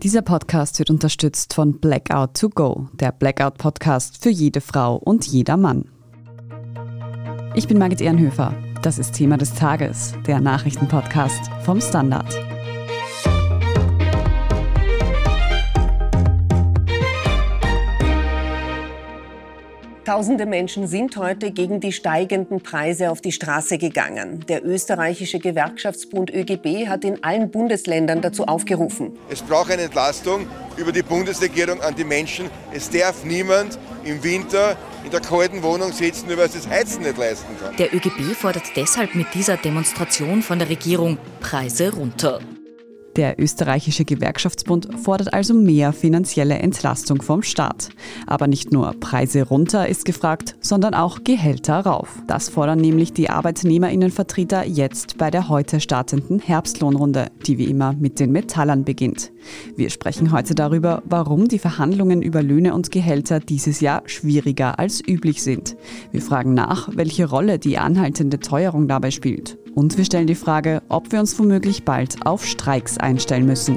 Dieser Podcast wird unterstützt von Blackout to Go, der Blackout-Podcast für jede Frau und jeder Mann. Ich bin Margit Ehrenhöfer. Das ist Thema des Tages, der Nachrichtenpodcast vom Standard. Tausende Menschen sind heute gegen die steigenden Preise auf die Straße gegangen. Der österreichische Gewerkschaftsbund ÖGB hat in allen Bundesländern dazu aufgerufen. Es braucht eine Entlastung über die Bundesregierung an die Menschen. Es darf niemand im Winter in der kalten Wohnung sitzen, nur weil es das Heizen nicht leisten kann. Der ÖGB fordert deshalb mit dieser Demonstration von der Regierung Preise runter. Der österreichische Gewerkschaftsbund fordert also mehr finanzielle Entlastung vom Staat. Aber nicht nur Preise runter ist gefragt, sondern auch Gehälter rauf. Das fordern nämlich die ArbeitnehmerInnenvertreter jetzt bei der heute startenden Herbstlohnrunde, die wie immer mit den Metallern beginnt. Wir sprechen heute darüber, warum die Verhandlungen über Löhne und Gehälter dieses Jahr schwieriger als üblich sind. Wir fragen nach, welche Rolle die anhaltende Teuerung dabei spielt. Und wir stellen die Frage, ob wir uns womöglich bald auf Streiks einstellen müssen.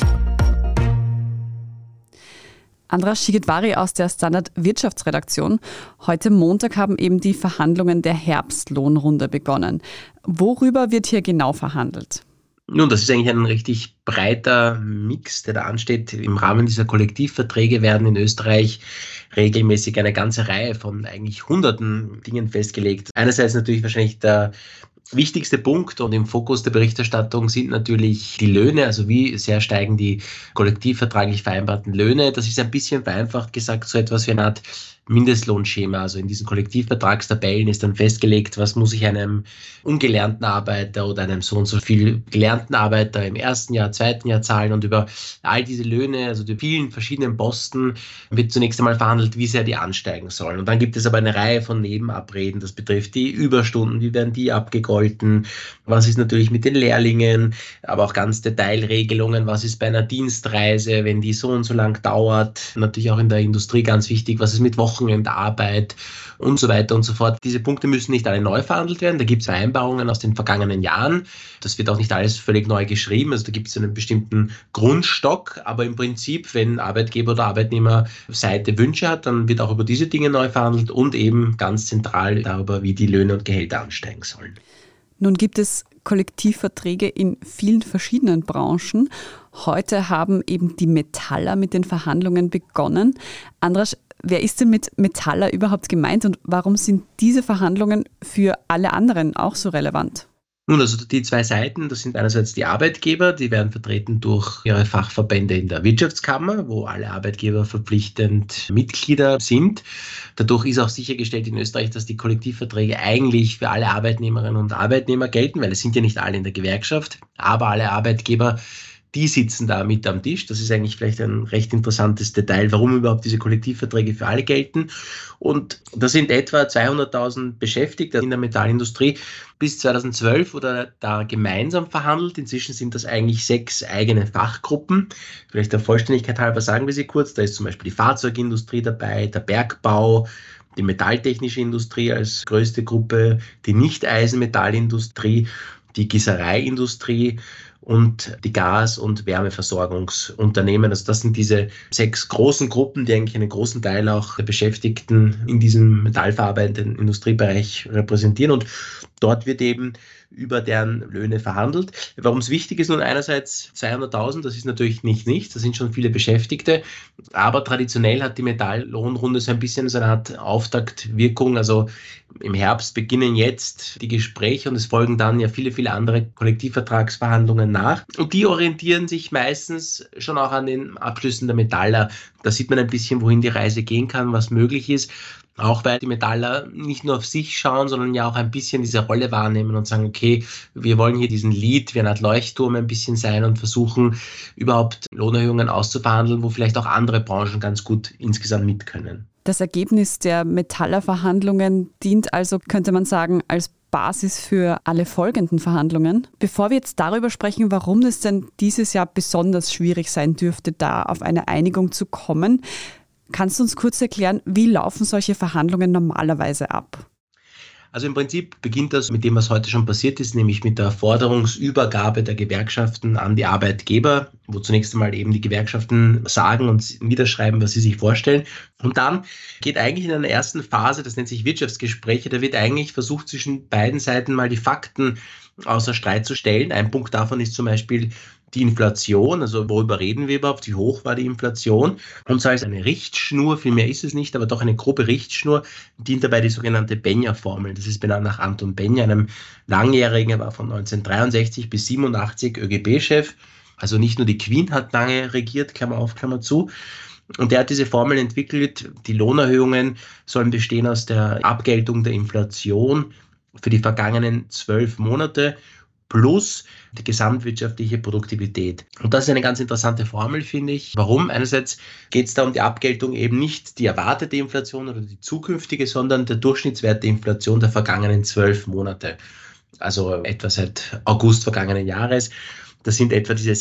Andras Shigedwari aus der Standard Wirtschaftsredaktion. Heute Montag haben eben die Verhandlungen der Herbstlohnrunde begonnen. Worüber wird hier genau verhandelt? Nun, das ist eigentlich ein richtig breiter Mix, der da ansteht. Im Rahmen dieser Kollektivverträge werden in Österreich regelmäßig eine ganze Reihe von eigentlich hunderten Dingen festgelegt. Einerseits natürlich wahrscheinlich der wichtigste Punkt und im Fokus der Berichterstattung sind natürlich die Löhne, also wie sehr steigen die kollektivvertraglich vereinbarten Löhne. Das ist ein bisschen vereinfacht gesagt so etwas wie eine Art Mindestlohnschema. Also in diesen Kollektivvertragstabellen ist dann festgelegt, was muss ich einem ungelernten Arbeiter oder einem so und so viel gelernten Arbeiter im ersten Jahr, zweiten Jahr zahlen, und über all diese Löhne, also die vielen verschiedenen Posten, wird zunächst einmal verhandelt, wie sehr die ansteigen sollen. Und dann gibt es aber eine Reihe von Nebenabreden. Das betrifft die Überstunden, wie werden die abgegolten, was ist natürlich mit den Lehrlingen, aber auch ganz Detailregelungen, was ist bei einer Dienstreise, wenn die so und so lang dauert. Natürlich auch in der Industrie ganz wichtig, was ist mit Wochenendarbeit und so weiter und so fort. Diese Punkte müssen nicht alle neu verhandelt werden. Da gibt es Vereinbarungen aus den vergangenen Jahren. Das wird auch nicht alles völlig neu geschrieben. Also da gibt es einen bestimmten Grundstock. Aber im Prinzip, wenn Arbeitgeber oder Arbeitnehmerseite Wünsche hat, dann wird auch über diese Dinge neu verhandelt und eben ganz zentral darüber, wie die Löhne und Gehälter ansteigen sollen. Nun gibt es Kollektivverträge in vielen verschiedenen Branchen. Heute haben eben die Metaller mit den Verhandlungen begonnen. Andras, wer ist denn mit Metaller überhaupt gemeint und warum sind diese Verhandlungen für alle anderen auch so relevant? Nun, also die zwei Seiten, das sind einerseits die Arbeitgeber, die werden vertreten durch ihre Fachverbände in der Wirtschaftskammer, wo alle Arbeitgeber verpflichtend Mitglieder sind. Dadurch ist auch sichergestellt in Österreich, dass die Kollektivverträge eigentlich für alle Arbeitnehmerinnen und Arbeitnehmer gelten, weil es sind ja nicht alle in der Gewerkschaft, aber alle Arbeitgeber, die sitzen da mit am Tisch. Das ist eigentlich vielleicht ein recht interessantes Detail, warum überhaupt diese Kollektivverträge für alle gelten. Und da sind etwa 200.000 Beschäftigte in der Metallindustrie bis 2012 oder da gemeinsam verhandelt. Inzwischen sind das eigentlich 6 eigene Fachgruppen. Vielleicht der Vollständigkeit halber sagen wir sie kurz. Da ist zum Beispiel die Fahrzeugindustrie dabei, der Bergbau, die metalltechnische Industrie als größte Gruppe, die Nicht-Eisenmetallindustrie, die Gießereiindustrie und die Gas- und Wärmeversorgungsunternehmen. Also das sind diese 6 großen Gruppen, die eigentlich einen großen Teil auch der Beschäftigten in diesem metallverarbeitenden Industriebereich repräsentieren. Und dort wird eben über deren Löhne verhandelt. Warum es wichtig ist, nun einerseits 200.000, das ist natürlich nicht nichts, das sind schon viele Beschäftigte, aber traditionell hat die Metalllohnrunde so ein bisschen so eine Art Auftaktwirkung. Also im Herbst beginnen jetzt die Gespräche und es folgen dann ja viele, viele andere Kollektivvertragsverhandlungen nach. Und die orientieren sich meistens schon auch an den Abschlüssen der Metaller. Da sieht man ein bisschen, wohin die Reise gehen kann, was möglich ist. Auch weil die Metaller nicht nur auf sich schauen, sondern ja auch ein bisschen diese Rolle wahrnehmen und sagen, okay, wir wollen hier diesen Lead, wie eine Art Leuchtturm ein bisschen sein und versuchen überhaupt Lohnerhöhungen auszuverhandeln, wo vielleicht auch andere Branchen ganz gut insgesamt mit können. Das Ergebnis der Metallerverhandlungen dient also, könnte man sagen, als Basis für alle folgenden Verhandlungen. Bevor wir jetzt darüber sprechen, warum es denn dieses Jahr besonders schwierig sein dürfte, da auf eine Einigung zu kommen, kannst du uns kurz erklären, wie laufen solche Verhandlungen normalerweise ab? Also im Prinzip beginnt das mit dem, was heute schon passiert ist, nämlich mit der Forderungsübergabe der Gewerkschaften an die Arbeitgeber, wo zunächst einmal eben die Gewerkschaften sagen und niederschreiben, was sie sich vorstellen. Und dann geht eigentlich in einer ersten Phase, das nennt sich Wirtschaftsgespräche, da wird eigentlich versucht, zwischen beiden Seiten mal die Fakten außer Streit zu stellen. Ein Punkt davon ist zum Beispiel die Inflation, also worüber reden wir überhaupt, wie hoch war die Inflation? Und so als eine Richtschnur, viel mehr ist es nicht, aber doch eine grobe Richtschnur, dient dabei die sogenannte Benja-Formel. Das ist benannt nach Anton Benja, einem Langjährigen, er war von 1963 bis 87 ÖGB-Chef. Also nicht nur die Queen hat lange regiert, Klammer auf, Klammer zu. Und der hat diese Formel entwickelt, die Lohnerhöhungen sollen bestehen aus der Abgeltung der Inflation für die vergangenen 12 Monate plus die gesamtwirtschaftliche Produktivität. Und das ist eine ganz interessante Formel, finde ich. Warum? Einerseits geht es da um die Abgeltung eben nicht die erwartete Inflation oder die zukünftige, sondern der Durchschnittswert der Inflation der vergangenen 12 Monate. Also etwa seit August vergangenen Jahres. Das sind etwa diese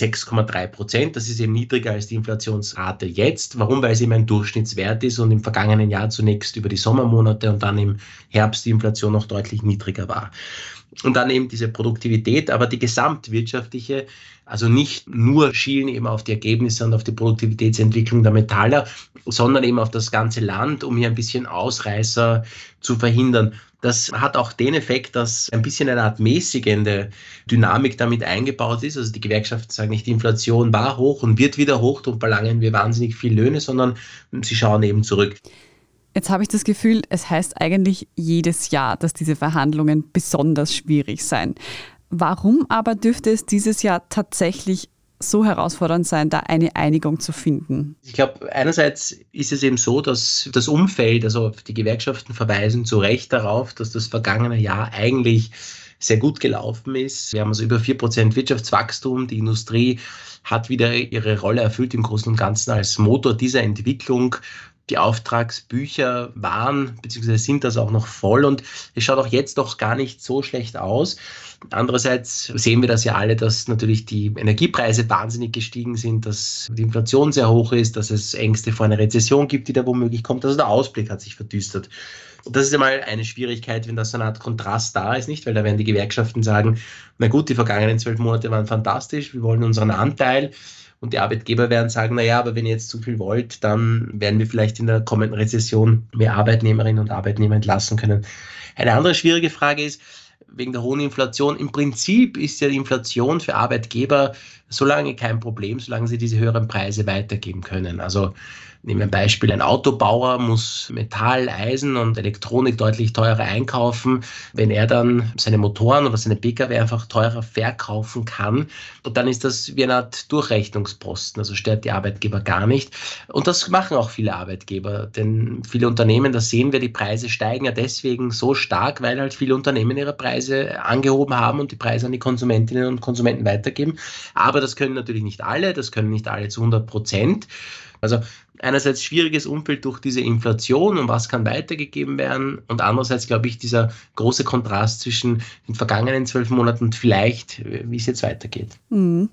6,3%. Das ist eben niedriger als die Inflationsrate jetzt. Warum? Weil es eben ein Durchschnittswert ist und im vergangenen Jahr zunächst über die Sommermonate und dann im Herbst die Inflation noch deutlich niedriger war. Und dann eben diese Produktivität, aber die gesamtwirtschaftliche, also nicht nur schielen eben auf die Ergebnisse und auf die Produktivitätsentwicklung der Metaller, sondern eben auf das ganze Land, um hier ein bisschen Ausreißer zu verhindern. Das hat auch den Effekt, dass ein bisschen eine Art mäßigende Dynamik damit eingebaut ist. Also die Gewerkschaften sagen nicht, die Inflation war hoch und wird wieder hoch, und verlangen wir wahnsinnig viel Löhne, sondern sie schauen eben zurück. Jetzt habe ich das Gefühl, es heißt eigentlich jedes Jahr, dass diese Verhandlungen besonders schwierig seien. Warum aber dürfte es dieses Jahr tatsächlich so herausfordernd sein, da eine Einigung zu finden? Ich glaube, einerseits ist es eben so, dass das Umfeld, also die Gewerkschaften verweisen zu Recht darauf, dass das vergangene Jahr eigentlich sehr gut gelaufen ist. Wir haben also über 4% Wirtschaftswachstum. Die Industrie hat wieder ihre Rolle erfüllt im Großen und Ganzen als Motor dieser Entwicklung. Die Auftragsbücher waren bzw. sind das auch noch voll, und es schaut auch jetzt noch gar nicht so schlecht aus. Andererseits sehen wir das ja alle, dass natürlich die Energiepreise wahnsinnig gestiegen sind, dass die Inflation sehr hoch ist, dass es Ängste vor einer Rezession gibt, die da womöglich kommt. Also der Ausblick hat sich verdüstert. Und das ist einmal eine Schwierigkeit, wenn da so eine Art Kontrast da ist, nicht? Weil da werden die Gewerkschaften sagen, na gut, die vergangenen 12 Monate waren fantastisch, wir wollen unseren Anteil. Und die Arbeitgeber werden sagen, naja, aber wenn ihr jetzt zu viel wollt, dann werden wir vielleicht in der kommenden Rezession mehr Arbeitnehmerinnen und Arbeitnehmer entlassen können. Eine andere schwierige Frage ist, wegen der hohen Inflation, im Prinzip ist ja die Inflation für Arbeitgeber so lange kein Problem, solange sie diese höheren Preise weitergeben können. Also nehmen wir ein Beispiel, ein Autobauer muss Metall, Eisen und Elektronik deutlich teurer einkaufen. Wenn er dann seine Motoren oder seine Pkw einfach teurer verkaufen kann, und dann ist das wie eine Art Durchrechnungsposten, also stört die Arbeitgeber gar nicht. Und das machen auch viele Arbeitgeber, denn viele Unternehmen, das sehen wir, die Preise steigen ja deswegen so stark, weil halt viele Unternehmen ihre Preise angehoben haben und die Preise an die Konsumentinnen und Konsumenten weitergeben. Aber das können natürlich nicht alle, das können nicht alle zu 100%. Also einerseits schwieriges Umfeld durch diese Inflation und was kann weitergegeben werden, und andererseits, glaube ich, dieser große Kontrast zwischen den vergangenen 12 Monaten und vielleicht, wie es jetzt weitergeht. Mhm.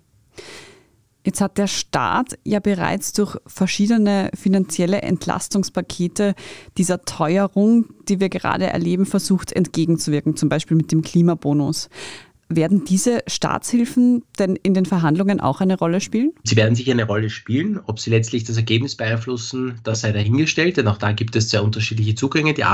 Jetzt hat der Staat ja bereits durch verschiedene finanzielle Entlastungspakete dieser Teuerung, die wir gerade erleben, versucht entgegenzuwirken, zum Beispiel mit dem Klimabonus. Werden diese Staatshilfen denn in den Verhandlungen auch eine Rolle spielen? Sie werden sicher eine Rolle spielen. Ob sie letztlich das Ergebnis beeinflussen, das sei dahingestellt, denn auch da gibt es sehr unterschiedliche Zugänge. Die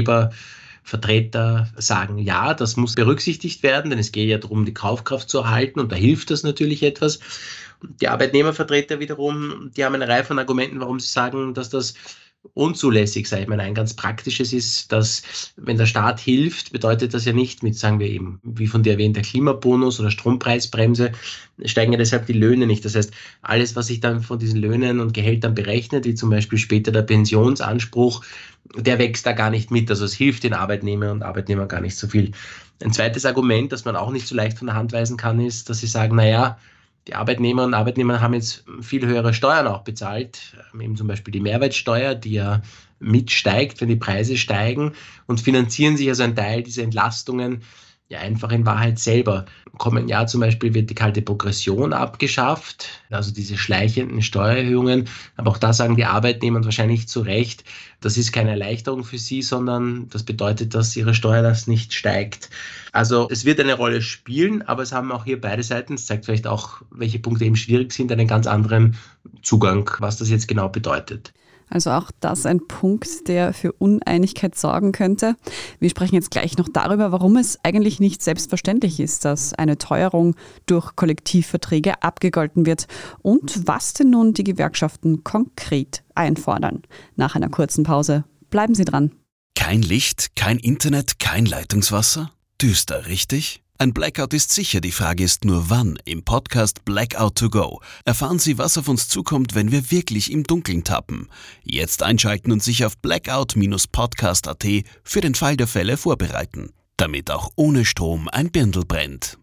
Arbeitgebervertreter sagen, ja, das muss berücksichtigt werden, denn es geht ja darum, die Kaufkraft zu erhalten, und da hilft das natürlich etwas. Die Arbeitnehmervertreter wiederum, die haben eine Reihe von Argumenten, warum sie sagen, dass das unzulässig sei. Ich meine, ein ganz praktisches ist, dass wenn der Staat hilft, bedeutet das ja nicht mit, sagen wir eben, wie von dir erwähnt, der Klimabonus oder Strompreisbremse, steigen ja deshalb die Löhne nicht. Das heißt, alles, was sich dann von diesen Löhnen und Gehältern berechnet, wie zum Beispiel später der Pensionsanspruch, der wächst da gar nicht mit. Also es hilft den Arbeitnehmern und Arbeitnehmern gar nicht so viel. Ein zweites Argument, das man auch nicht so leicht von der Hand weisen kann, ist, dass sie sagen, naja, die Arbeitnehmerinnen und Arbeitnehmer haben jetzt viel höhere Steuern auch bezahlt, eben zum Beispiel die Mehrwertsteuer, die ja mitsteigt, wenn die Preise steigen, und finanzieren sich also einen Teil dieser Entlastungen ja einfach in Wahrheit selber. Im kommenden Jahr zum Beispiel wird die kalte Progression abgeschafft, also diese schleichenden Steuererhöhungen. Aber auch da sagen die Arbeitnehmer wahrscheinlich zu Recht, das ist keine Erleichterung für sie, sondern das bedeutet, dass ihre Steuerlast nicht steigt. Also es wird eine Rolle spielen, aber es haben auch hier beide Seiten, es zeigt vielleicht auch, welche Punkte eben schwierig sind, einen ganz anderen Zugang, was das jetzt genau bedeutet. Also auch das ein Punkt, der für Uneinigkeit sorgen könnte. Wir sprechen jetzt gleich noch darüber, warum es eigentlich nicht selbstverständlich ist, dass eine Teuerung durch Kollektivverträge abgegolten wird und was denn nun die Gewerkschaften konkret einfordern. Nach einer kurzen Pause bleiben Sie dran. Kein Licht, kein Internet, kein Leitungswasser? Düster, richtig? Ein Blackout ist sicher, die Frage ist nur wann. Im Podcast Blackout to go erfahren Sie, was auf uns zukommt, wenn wir wirklich im Dunkeln tappen. Jetzt einschalten und sich auf blackout-podcast.at für den Fall der Fälle vorbereiten, damit auch ohne Strom ein Birndl brennt.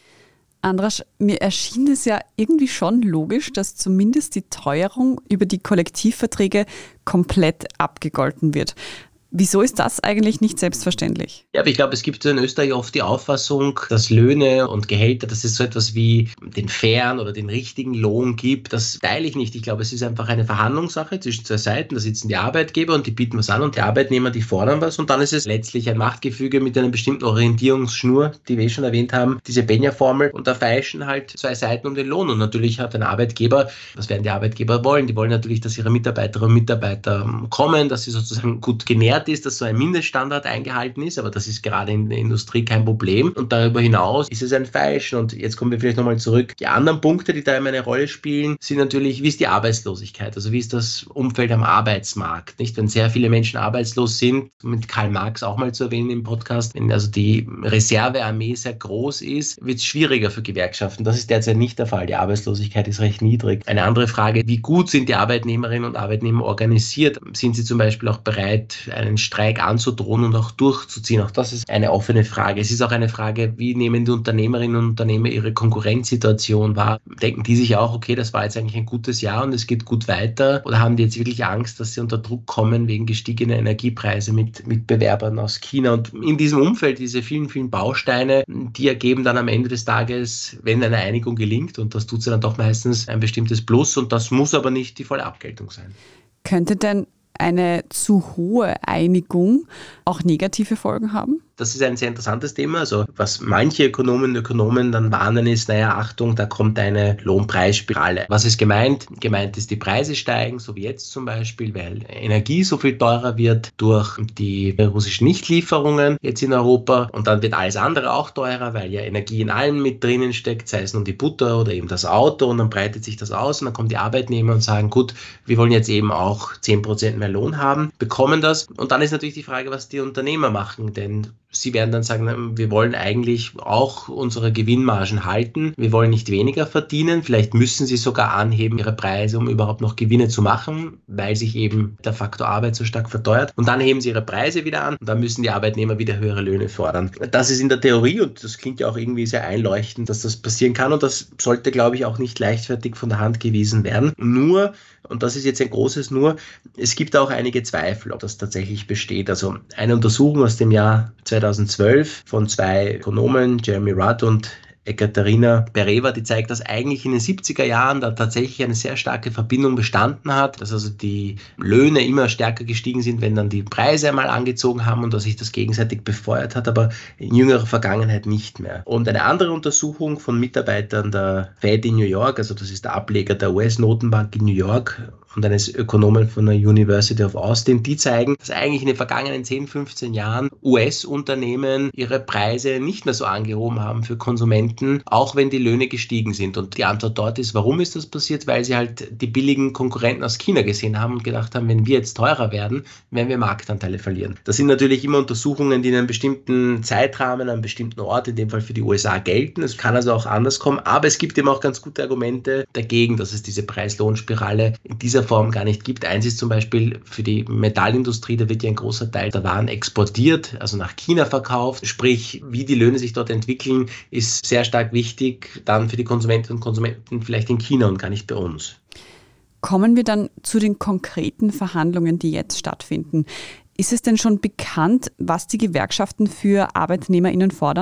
Andras, mir erschien es ja irgendwie schon logisch, dass zumindest die Teuerung über die Kollektivverträge komplett abgegolten wird. Wieso ist das eigentlich nicht selbstverständlich? Ja, aber ich glaube, es gibt in Österreich oft die Auffassung, dass Löhne und Gehälter, dass es so etwas wie den fairen oder den richtigen Lohn gibt. Das teile ich nicht. Ich glaube, es ist einfach eine Verhandlungssache zwischen zwei Seiten. Da sitzen die Arbeitgeber und die bieten was an und die Arbeitnehmer, die fordern was. Und dann ist es letztlich ein Machtgefüge mit einer bestimmten Orientierungsschnur, die wir schon erwähnt haben, diese Benja-Formel. Und da feilschen halt zwei Seiten um den Lohn. Und natürlich hat ein Arbeitgeber, was werden die Arbeitgeber wollen? Die wollen natürlich, dass ihre Mitarbeiterinnen und Mitarbeiter kommen, dass sie sozusagen gut genährt ist, dass so ein Mindeststandard eingehalten ist, aber das ist gerade in der Industrie kein Problem. Und darüber hinaus ist es ein Feilschen. Und jetzt kommen wir vielleicht nochmal zurück. Die anderen Punkte, die da immer eine Rolle spielen, sind natürlich, wie ist die Arbeitslosigkeit? Also wie ist das Umfeld am Arbeitsmarkt? Nicht? Wenn sehr viele Menschen arbeitslos sind, mit Karl Marx auch mal zu erwähnen im Podcast, wenn also die Reservearmee sehr groß ist, wird es schwieriger für Gewerkschaften. Das ist derzeit nicht der Fall. Die Arbeitslosigkeit ist recht niedrig. Eine andere Frage, wie gut sind die Arbeitnehmerinnen und Arbeitnehmer organisiert? Sind sie zum Beispiel auch bereit, einen Streik anzudrohen und auch durchzuziehen? Auch das ist eine offene Frage. Es ist auch eine Frage, wie nehmen die Unternehmerinnen und Unternehmer ihre Konkurrenzsituation wahr? Denken die sich auch, okay, das war jetzt eigentlich ein gutes Jahr und es geht gut weiter? Oder haben die jetzt wirklich Angst, dass sie unter Druck kommen wegen gestiegener Energiepreise mit Mitbewerbern aus China? Und in diesem Umfeld, diese vielen, vielen Bausteine, die ergeben dann am Ende des Tages, wenn eine Einigung gelingt, und das tut sie dann doch meistens, ein bestimmtes Plus, und das muss aber nicht die volle Abgeltung sein. Könnte denn eine zu hohe Einigung auch negative Folgen haben? Das ist ein sehr interessantes Thema. Also was manche Ökonominnen und Ökonomen dann warnen ist, naja, Achtung, da kommt eine Lohnpreisspirale. Was ist gemeint? Gemeint ist, die Preise steigen, so wie jetzt zum Beispiel, weil Energie so viel teurer wird durch die russischen Nichtlieferungen jetzt in Europa. Und dann wird alles andere auch teurer, weil ja Energie in allem mit drinnen steckt, sei es nun die Butter oder eben das Auto. Und dann breitet sich das aus und dann kommen die Arbeitnehmer und sagen, gut, wir wollen jetzt eben auch 10% mehr Lohn haben, bekommen das. Und dann ist natürlich die Frage, was die Unternehmer machen, denn sie werden dann sagen, wir wollen eigentlich auch unsere Gewinnmargen halten. Wir wollen nicht weniger verdienen. Vielleicht müssen sie sogar anheben ihre Preise, um überhaupt noch Gewinne zu machen, weil sich eben der Faktor Arbeit so stark verteuert. Und dann heben sie ihre Preise wieder an und dann müssen die Arbeitnehmer wieder höhere Löhne fordern. Das ist in der Theorie, und das klingt ja auch irgendwie sehr einleuchtend, dass das passieren kann. Und das sollte, glaube ich, auch nicht leichtfertig von der Hand gewiesen werden. Nur, und das ist jetzt ein großes Nur, es gibt auch einige Zweifel, ob das tatsächlich besteht. Also eine Untersuchung aus dem Jahr 2012 von zwei Ökonomen, Jeremy Rudd und Ekaterina Bereva, die zeigt, dass eigentlich in den 70er Jahren da tatsächlich eine sehr starke Verbindung bestanden hat, dass also die Löhne immer stärker gestiegen sind, wenn dann die Preise einmal angezogen haben und dass sich das gegenseitig befeuert hat, aber in jüngerer Vergangenheit nicht mehr. Und eine andere Untersuchung von Mitarbeitern der Fed in New York, also das ist der Ableger der US-Notenbank in New York, und eines Ökonomen von der University of Austin, die zeigen, dass eigentlich in den vergangenen 10, 15 Jahren US-Unternehmen ihre Preise nicht mehr so angehoben haben für Konsumenten, auch wenn die Löhne gestiegen sind. Und die Antwort dort ist, warum ist das passiert? Weil sie halt die billigen Konkurrenten aus China gesehen haben und gedacht haben, wenn wir jetzt teurer werden, werden wir Marktanteile verlieren. Das sind natürlich immer Untersuchungen, die in einem bestimmten Zeitrahmen, an einem bestimmten Ort, in dem Fall für die USA, gelten. Es kann also auch anders kommen, aber es gibt eben auch ganz gute Argumente dagegen, dass es diese Preis-Lohn-Spirale in dieser Form gar nicht gibt. Eins ist zum Beispiel für die Metallindustrie, da wird ja ein großer Teil der Waren exportiert, also nach China verkauft. Sprich, wie die Löhne sich dort entwickeln, ist sehr stark wichtig, dann für die Konsumentinnen und Konsumenten vielleicht in China und gar nicht bei uns. Kommen wir dann zu den konkreten Verhandlungen, die jetzt stattfinden. Ist es denn schon bekannt, was die Gewerkschaften für ArbeitnehmerInnen fordern?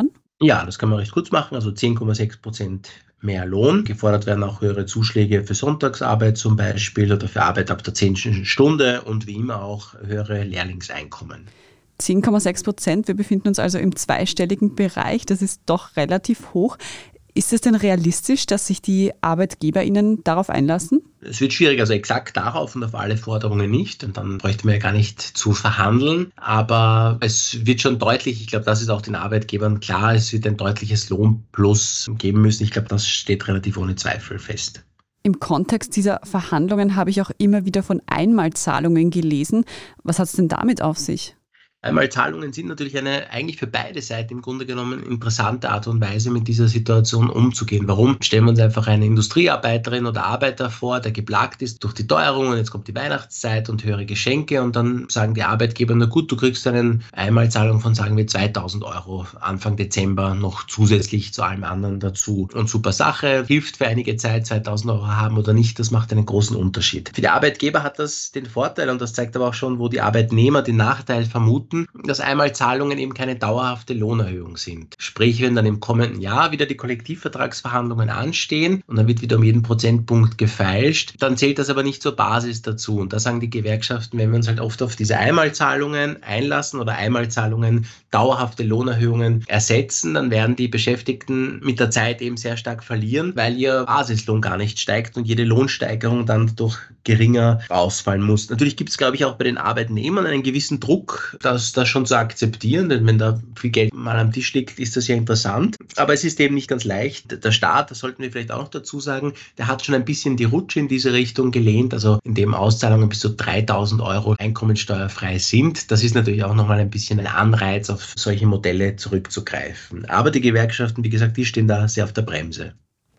Ja, das kann man recht kurz machen, also 10,6% mehr Lohn. Gefordert werden auch höhere Zuschläge für Sonntagsarbeit zum Beispiel oder für Arbeit ab der 10. Stunde und wie immer auch höhere Lehrlingseinkommen. 10,6%, wir befinden uns also im zweistelligen Bereich, das ist doch relativ hoch. Ist es denn realistisch, dass sich die ArbeitgeberInnen darauf einlassen? Es wird schwierig, also exakt darauf und auf alle Forderungen nicht. Und dann bräuchte man ja gar nicht zu verhandeln. Aber es wird schon deutlich, ich glaube, das ist auch den Arbeitgebern klar, es wird ein deutliches Lohnplus geben müssen. Ich glaube, das steht relativ ohne Zweifel fest. Im Kontext dieser Verhandlungen habe ich auch immer wieder von Einmalzahlungen gelesen. Was hat es denn damit auf sich? Einmalzahlungen sind natürlich eine eigentlich für beide Seiten im Grunde genommen interessante Art und Weise, mit dieser Situation umzugehen. Warum? Stellen wir uns einfach eine Industriearbeiterin oder Arbeiter vor, der geplagt ist durch die Teuerung und jetzt kommt die Weihnachtszeit und höhere Geschenke und dann sagen die Arbeitgeber, na gut, du kriegst eine Einmalzahlung von, sagen wir, 2.000 € Anfang Dezember noch zusätzlich zu allem anderen dazu. Und super Sache, hilft für einige Zeit, 2.000 € haben oder nicht, das macht einen großen Unterschied. Für die Arbeitgeber hat das den Vorteil und das zeigt aber auch schon, wo die Arbeitnehmer den Nachteil vermuten, dass Einmalzahlungen eben keine dauerhafte Lohnerhöhung sind. Sprich, wenn dann im kommenden Jahr wieder die Kollektivvertragsverhandlungen anstehen und dann wird wieder um jeden Prozentpunkt gefeilscht, dann zählt das aber nicht zur Basis dazu. Und da sagen die Gewerkschaften, wenn wir uns halt oft auf diese Einmalzahlungen einlassen oder Einmalzahlungen dauerhafte Lohnerhöhungen ersetzen, dann werden die Beschäftigten mit der Zeit eben sehr stark verlieren, weil ihr Basislohn gar nicht steigt und jede Lohnsteigerung dann durch geringer ausfallen muss. Natürlich gibt es, glaube ich, auch bei den Arbeitnehmern einen gewissen Druck, das schon zu akzeptieren, denn wenn da viel Geld mal am Tisch liegt, ist das ja interessant. Aber es ist eben nicht ganz leicht. Der Staat, das sollten wir vielleicht auch noch dazu sagen, der hat schon ein bisschen die Rutsche in diese Richtung gelehnt, also indem Auszahlungen bis zu 3.000 € einkommensteuerfrei sind. Das ist natürlich auch nochmal ein bisschen ein Anreiz, auf solche Modelle zurückzugreifen. Aber die Gewerkschaften, wie gesagt, die stehen da sehr auf der Bremse.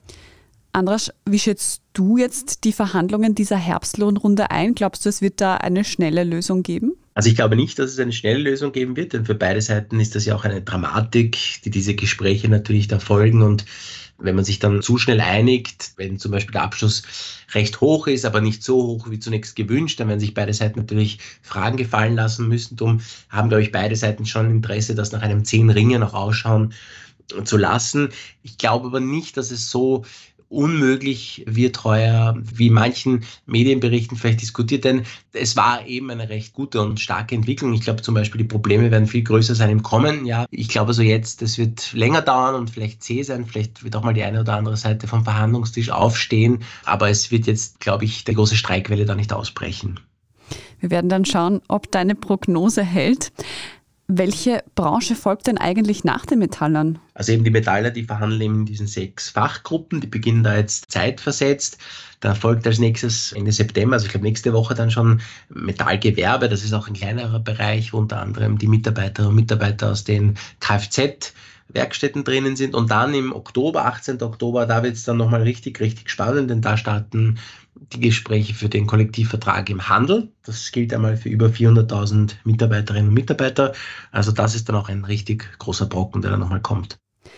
Andras, wie schätzt du jetzt die Verhandlungen dieser Herbstlohnrunde ein? Glaubst du, es wird da eine schnelle Lösung geben? Also ich glaube nicht, dass es eine schnelle Lösung geben wird, denn für beide Seiten ist das ja auch eine Dramatik, die diese Gespräche natürlich da folgen. Und wenn man sich dann zu schnell einigt, wenn zum Beispiel der Abschluss recht hoch ist, aber nicht so hoch wie zunächst gewünscht, dann werden sich beide Seiten natürlich Fragen gefallen lassen müssen. Darum haben, glaube ich, beide Seiten schon Interesse, das nach einem 10 Ringen noch ausschauen zu lassen. Ich glaube aber nicht, dass es so unmöglich wird heuer, wie manchen Medienberichten vielleicht diskutiert, denn es war eben eine recht gute und starke Entwicklung. Ich glaube zum Beispiel, die Probleme werden viel größer sein im kommenden Jahr. Ich glaube also jetzt, es wird länger dauern und vielleicht zäh sein, vielleicht wird auch mal die eine oder andere Seite vom Verhandlungstisch aufstehen, aber es wird jetzt, glaube ich, die große Streikwelle da nicht ausbrechen. Wir werden dann schauen, ob deine Prognose hält. Welche Branche folgt denn eigentlich nach den Metallern? Also eben die Metaller, die verhandeln eben in diesen 6 Fachgruppen, die beginnen da jetzt zeitversetzt. Da folgt als nächstes Ende September, also ich glaube nächste Woche dann schon Metallgewerbe. Das ist auch ein kleinerer Bereich, wo unter anderem die Mitarbeiterinnen und Mitarbeiter aus den Kfz-Werkstätten drinnen sind. Und dann im Oktober, 18. Oktober, da wird es dann nochmal richtig spannend, denn da starten die Gespräche für den Kollektivvertrag im Handel. Das gilt einmal für über 400.000 Mitarbeiterinnen und Mitarbeiter. Also das ist dann auch ein richtig großer Brocken, der dann nochmal kommt.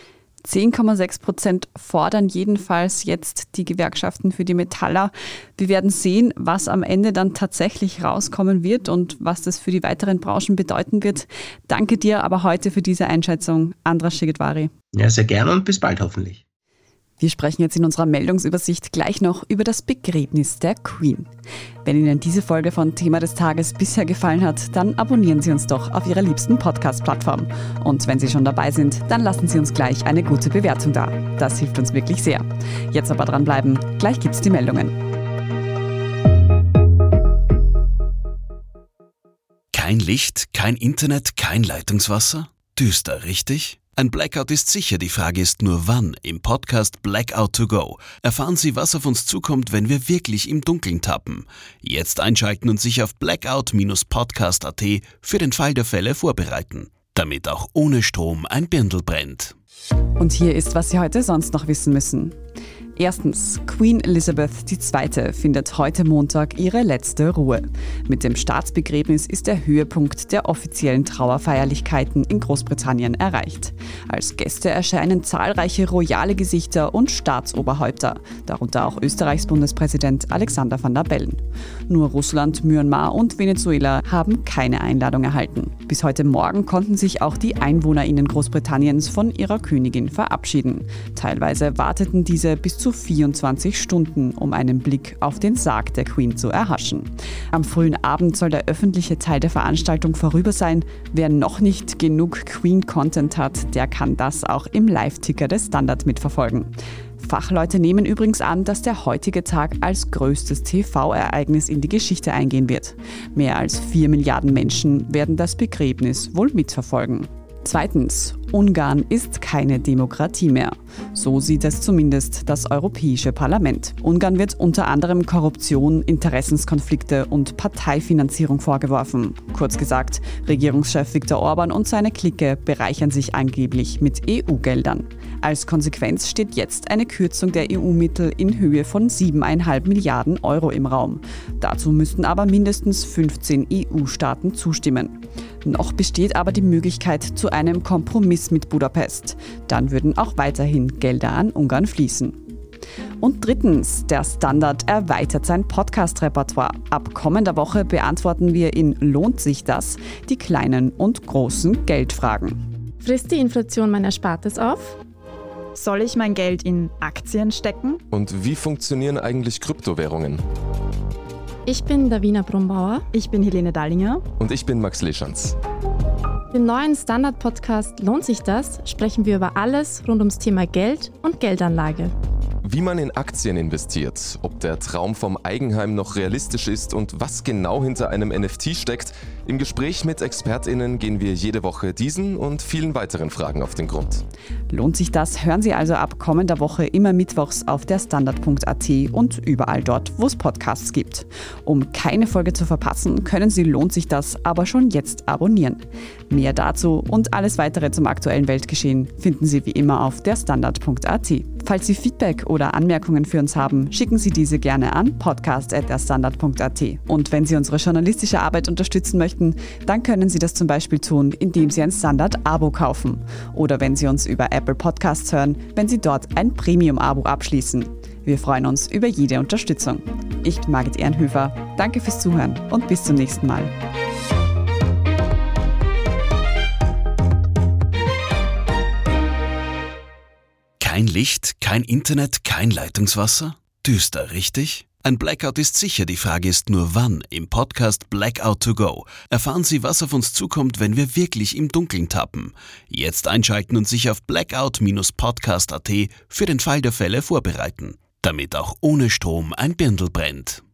10,6% fordern jedenfalls jetzt die Gewerkschaften für die Metaller. Wir werden sehen, was am Ende dann tatsächlich rauskommen wird und was das für die weiteren Branchen bedeuten wird. Danke dir aber heute für diese Einschätzung, Andras Shigedwari. Ja, sehr gerne und bis bald hoffentlich. Wir sprechen jetzt in unserer Meldungsübersicht gleich noch über das Begräbnis der Queen. Wenn Ihnen diese Folge von Thema des Tages bisher gefallen hat, dann abonnieren Sie uns doch auf Ihrer liebsten Podcast-Plattform. Und wenn Sie schon dabei sind, dann lassen Sie uns gleich eine gute Bewertung da. Das hilft uns wirklich sehr. Jetzt aber dranbleiben, gleich gibt's die Meldungen. Kein Licht, kein Internet, kein Leitungswasser? Düster, richtig? Ein Blackout ist sicher, die Frage ist nur wann. Im Podcast Blackout to go erfahren Sie, was auf uns zukommt, wenn wir wirklich im Dunkeln tappen. Jetzt einschalten und sich auf blackout-podcast.at für den Fall der Fälle vorbereiten, damit auch ohne Strom ein Birndl brennt. Und hier ist, was Sie heute sonst noch wissen müssen. Erstens, Queen Elizabeth II. Findet heute Montag ihre letzte Ruhe. Mit dem Staatsbegräbnis ist der Höhepunkt der offiziellen Trauerfeierlichkeiten in Großbritannien erreicht. Als Gäste erscheinen zahlreiche royale Gesichter und Staatsoberhäupter, darunter auch Österreichs Bundespräsident Alexander Van der Bellen. Nur Russland, Myanmar und Venezuela haben keine Einladung erhalten. Bis heute Morgen konnten sich auch die EinwohnerInnen Großbritanniens von ihrer Königin verabschieden. Teilweise warteten diese bis zu 24 Stunden, um einen Blick auf den Sarg der Queen zu erhaschen. Am frühen Abend soll der öffentliche Teil der Veranstaltung vorüber sein. Wer noch nicht genug Queen-Content hat, der kann das auch im Live-Ticker des Standard mitverfolgen. Fachleute nehmen übrigens an, dass der heutige Tag als größtes TV-Ereignis in die Geschichte eingehen wird. Mehr als 4 Milliarden Menschen werden das Begräbnis wohl mitverfolgen. Zweitens, Ungarn ist keine Demokratie mehr. So sieht es zumindest das Europäische Parlament. Ungarn wird unter anderem Korruption, Interessenskonflikte und Parteifinanzierung vorgeworfen. Kurz gesagt, Regierungschef Viktor Orban und seine Clique bereichern sich angeblich mit EU-Geldern. Als Konsequenz steht jetzt eine Kürzung der EU-Mittel in Höhe von 7,5 Milliarden Euro im Raum. Dazu müssten aber mindestens 15 EU-Staaten zustimmen. Noch besteht aber die Möglichkeit zu einem Kompromiss mit Budapest. Dann würden auch weiterhin Gelder an Ungarn fließen. Und drittens, der Standard erweitert sein Podcast-Repertoire. Ab kommender Woche beantworten wir in Lohnt sich das? Die kleinen und großen Geldfragen. Frisst die Inflation mein Erspartes auf? Soll ich mein Geld in Aktien stecken? Und wie funktionieren eigentlich Kryptowährungen? Ich bin Davina Brumbauer. Ich bin Helene Dallinger. Und ich bin Max Leschanz. Im neuen Standard-Podcast Lohnt sich das? Sprechen wir über alles rund ums Thema Geld und Geldanlage. Wie man in Aktien investiert, ob der Traum vom Eigenheim noch realistisch ist und was genau hinter einem NFT steckt. Im Gespräch mit ExpertInnen gehen wir jede Woche diesen und vielen weiteren Fragen auf den Grund. Lohnt sich das? Hören Sie also ab kommender Woche immer mittwochs auf der Standard.at und überall dort, wo es Podcasts gibt. Um keine Folge zu verpassen, können Sie Lohnt sich das aber schon jetzt abonnieren. Mehr dazu und alles weitere zum aktuellen Weltgeschehen finden Sie wie immer auf der Standard.at. Falls Sie Feedback oder Anmerkungen für uns haben, schicken Sie diese gerne an podcast@derstandard.at. Und wenn Sie unsere journalistische Arbeit unterstützen möchten, dann können Sie das zum Beispiel tun, indem Sie ein Standard-Abo kaufen. Oder wenn Sie uns über Apple Podcasts hören, wenn Sie dort ein Premium-Abo abschließen. Wir freuen uns über jede Unterstützung. Ich bin Margit Ehrenhöfer. Danke fürs Zuhören und bis zum nächsten Mal. Kein Licht, kein Internet, kein Leitungswasser? Düster, richtig? Ein Blackout ist sicher, die Frage ist nur wann. Im Podcast Blackout to go erfahren Sie, was auf uns zukommt, wenn wir wirklich im Dunkeln tappen. Jetzt einschalten und sich auf blackout-podcast.at für den Fall der Fälle vorbereiten, damit auch ohne Strom ein Birndl brennt.